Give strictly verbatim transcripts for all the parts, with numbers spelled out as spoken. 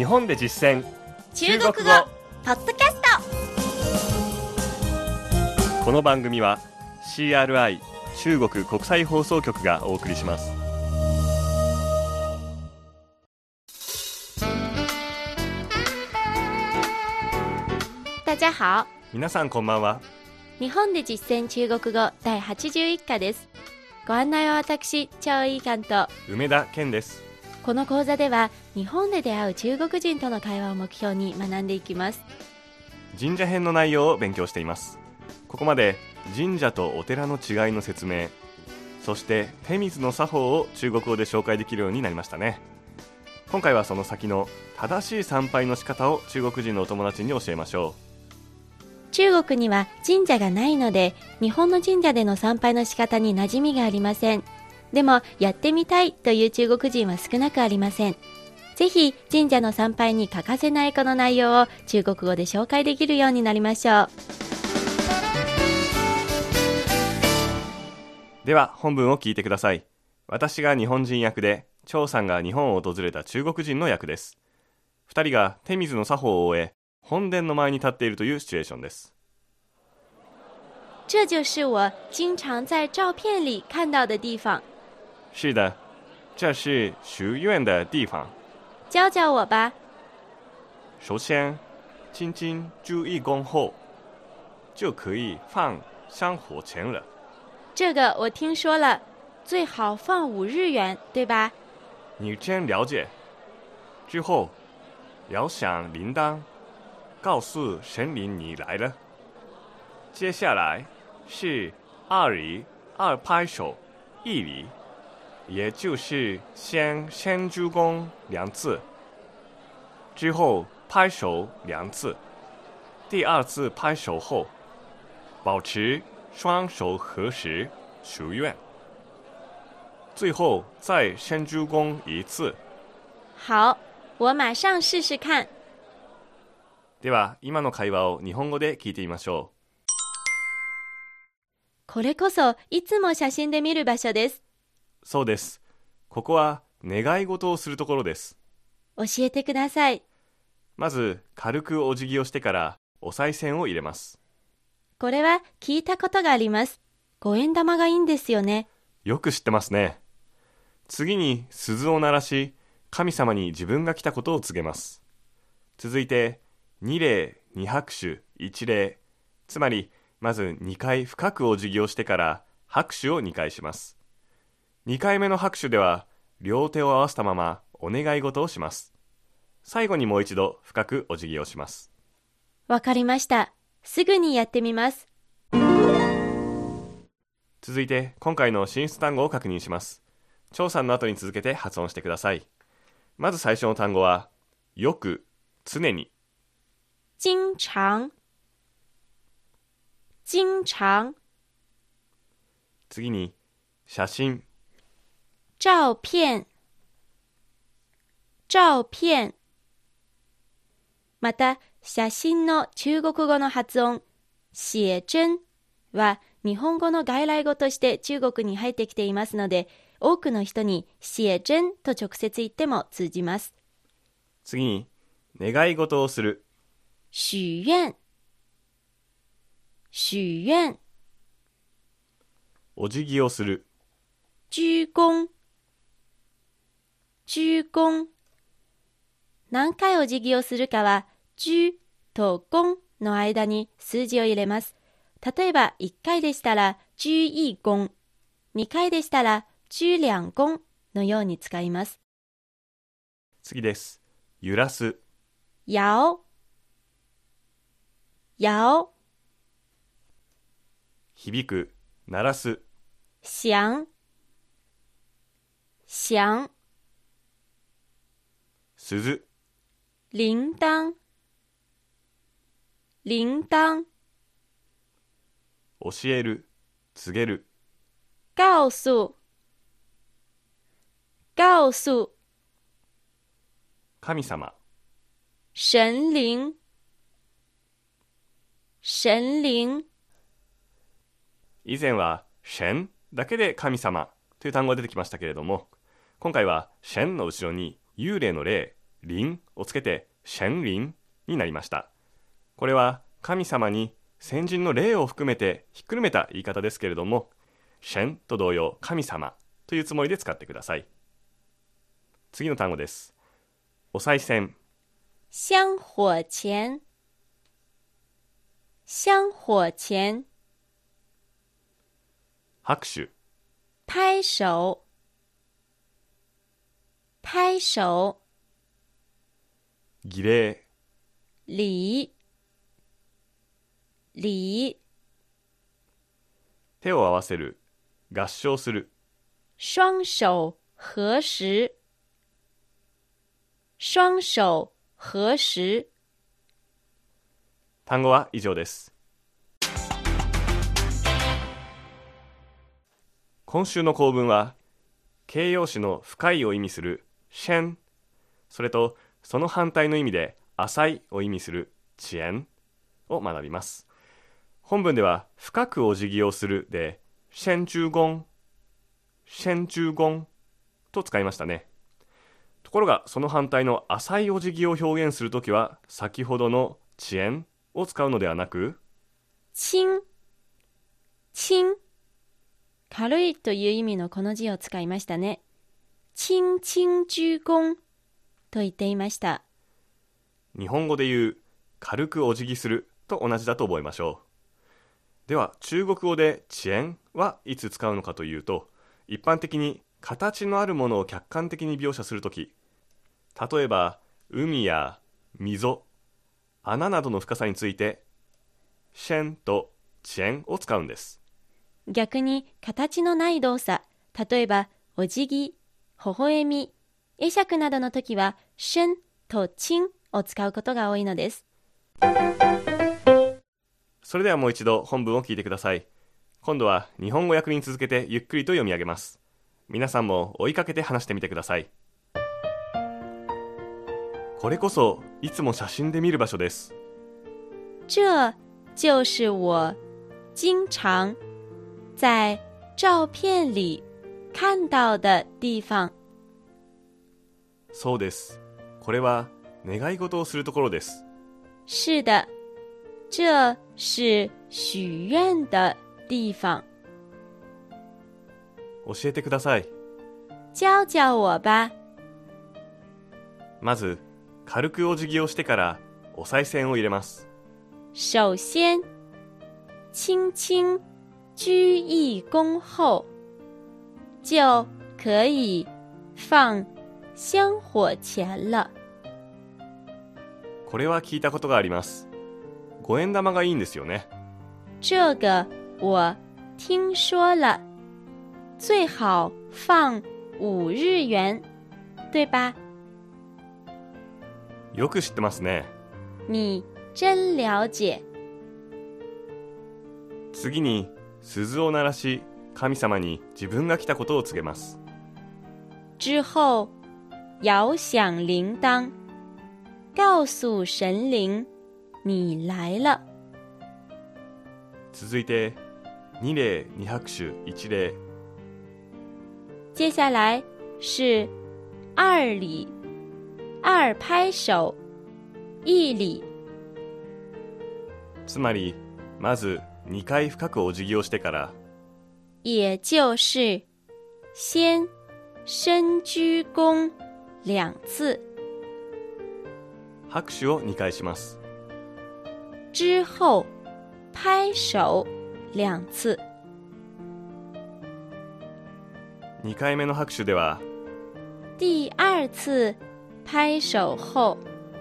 日本で実践中国語ポッドキャスト。 この番組は シーアールアイ 中国国際放送局がお送りします。 大家好。 皆さんこんばんは。 日本で実践中国語だいはちじゅういっかです。ご案内は私、張一貫と梅田健です。 この講座では日本で出会う中国人との会話を目標に学んでいきます。 神社編の内容を勉強しています。ここまで神社とお寺の違いの説明、そして手水の作法を中国語で紹介できるようになりましたね。今回はその先の正しい参拝の仕方を中国人のお友達に教えましょう。中国には神社がないので、日本の神社での参拝の仕方に馴染みがありません。でもやってみたいという中国人は少なくありません。ぜひ神社の参拝に欠かせないこの内容を中国語で紹介できるようになりましょう。 では本文を聞いてください。私が日本人役で、張さんが日本を訪れた中国人の役です。二人が手水の作法を終え、本殿の前に立っているというシチュエーションです。 这就是我经常在照片里看到的地方。 是的，这是许愿的地方。 教教我吧。 首先，轻轻鞠一躬后，就可以放香火钱了。 这个我听说了，最好放五日元，对吧？ 你真了解。之后，摇响铃铛，告诉神灵你来了。接下来是二礼，二拍手，一礼。也就是先先鞠躬两次，之后拍手两次，第二次拍手后，保持双手合十许愿，最后再先鞠躬一次。 好，我马上试试看。 では今の会話を日本語で聞いてみましょう。 これこそいつも写真で見る場所です。 そうです。ここは願い事をするところです。 教えてください。 まず軽くお辞儀をしてからお賽銭を入れます。 これは聞いたことがあります。五円玉がいいんですよね。 よく知ってますね。次に鈴を鳴らし、神様に自分が来たことを告げます。続いてに礼、に拍手、いち礼、つまりまずにかい深くお辞儀をしてから拍手をにかいします。にかいめの拍手では両手を合わせたままお願い事をします。最後にもう一度深くお辞儀をします。 わかりました。すぐにやってみます。 続いて今回の進出単語を確認します。張さんの後に続けて発音してください。まず最初の単語はよく、常に。 经常经常。 次に写真。 照片照片。また写真の中国語の発音写真は日本語の外来語として中国に入ってきていますので、多くの人に写真と直接言っても通じます。 次に願い事をする。 許願許願。 お辞儀をする。 鞠躬鞠躬。何回お辞儀をするかは鞠と躬の間に数字を入れます。例えばいっかいでしたら鞠一躬、にかいでしたら鞠兩躬のように使います。 次です。揺らす。 搖搖。 響く、鳴らす。 響響。 鈴。 鈴鐺鈴鐺。 教える、告げる。 告訴告訴。 神様。 神靈神靈。 以前は神だけで神様という単語が出てきましたけれども、今回は神の後ろに幽霊の霊、 臨をつけて神臨になりました。これは神様に先人の霊を含めてひっくるめた言い方ですけれども、神と同様神様というつもりで使ってください。次の単語です。お賽銭。 香火钱。香火钱。 拍手。 拍手。拍手。 儀礼。 礼。礼。 手を合わせる。合掌する。 双手合十。双手合十。 単語は以上です。今週の構文は、形容詞の深いを意味する深、それとその反対の意味で浅いを意味する淺を学びます。本文では深くお辞儀をするで深鞠躬、深鞠躬と使いましたね。ところがその反対の浅いお辞儀を表現するときは先ほどの淺を使うのではなく轻、轻、軽いという意味のこの字を使いましたね。轻轻鞠躬と言っていました。 日本語で言う軽くお辞儀すると同じだと覚えましょう。では中国語で淺はいつ使うのかというと、一般的に形のあるものを客観的に描写するとき、例えば海や溝、穴などの深さについて深と淺を使うんです。 逆に形のない動作、例えばお辞儀、微笑み、会釈などの時は深と輕を使うことが多いのです。 それではもう一度本文を聞いてください。今度は日本語訳に続けてゆっくりと読み上げます。皆さんも追いかけて話してみてください。これこそいつも写真で見る場所です。 这就是我经常在照片里看到的地方。 そうです。これは願い事をするところです。 是的，这是许愿的地方。 教えてください。 教教我吧。 まず軽くお辞儀をしてからお賽銭を入れます。 首先轻轻鞠一躬后就可以放香火钱了。 これは聞いたことがあります。五円玉がいいんですよね。 这个我听说了，最好放五日元，对吧？ よく知ってますね。 你真了解。 次に鈴を鳴らし、神様に自分が来たことを告げます。 之後搖響鈴鐺，告訴神靈你來了。 続いて二礼二拍手一礼。 接下来是二禮二拍手一禮。 つまりまずにかい深くお辞儀をしてから、 也就是先深鞠躬兩次， 拍手をにかいします。 之後拍手兩次。 にかいめの拍手では、 第二次拍手後、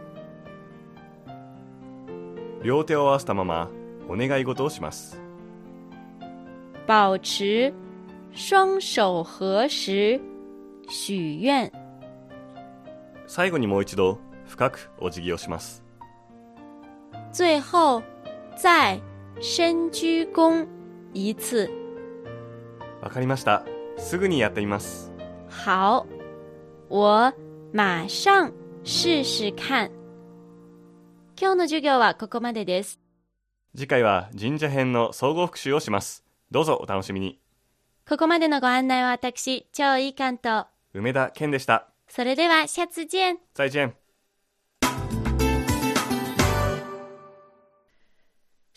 両手を合わせたままお願い事をします。 保持雙手合十許願。 最後にもう一度深くお辞儀をします。 最後再深鞠躬一次。 わかりました。すぐにやってみます。 好，我馬上試試看。今日の授業はここまでです。 次回は神社編の総合復習をします。どうぞお楽しみに。 ここまでのご案内は私、張一貫と梅田健でした。 それでは下次見。 再见。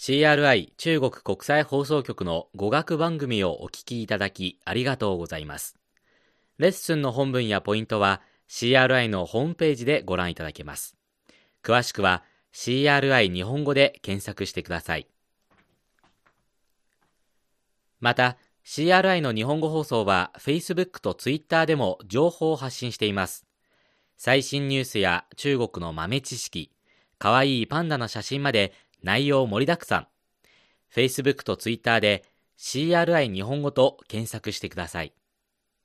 シーアールアイ 中国国際放送局の語学番組をお聞きいただきありがとうございます。レッスンの本文やポイントは シーアールアイ のホームページでご覧いただけます。詳しくは シーアールアイ 日本語で検索してください。また、シーアールアイ の日本語放送は Facebook と Twitter でも情報を発信しています。最新ニュースや中国の豆知識、かわいいパンダの写真まで内容盛りだくさん。Facebook と Twitter で シーアールアイ 日本語と検索してください。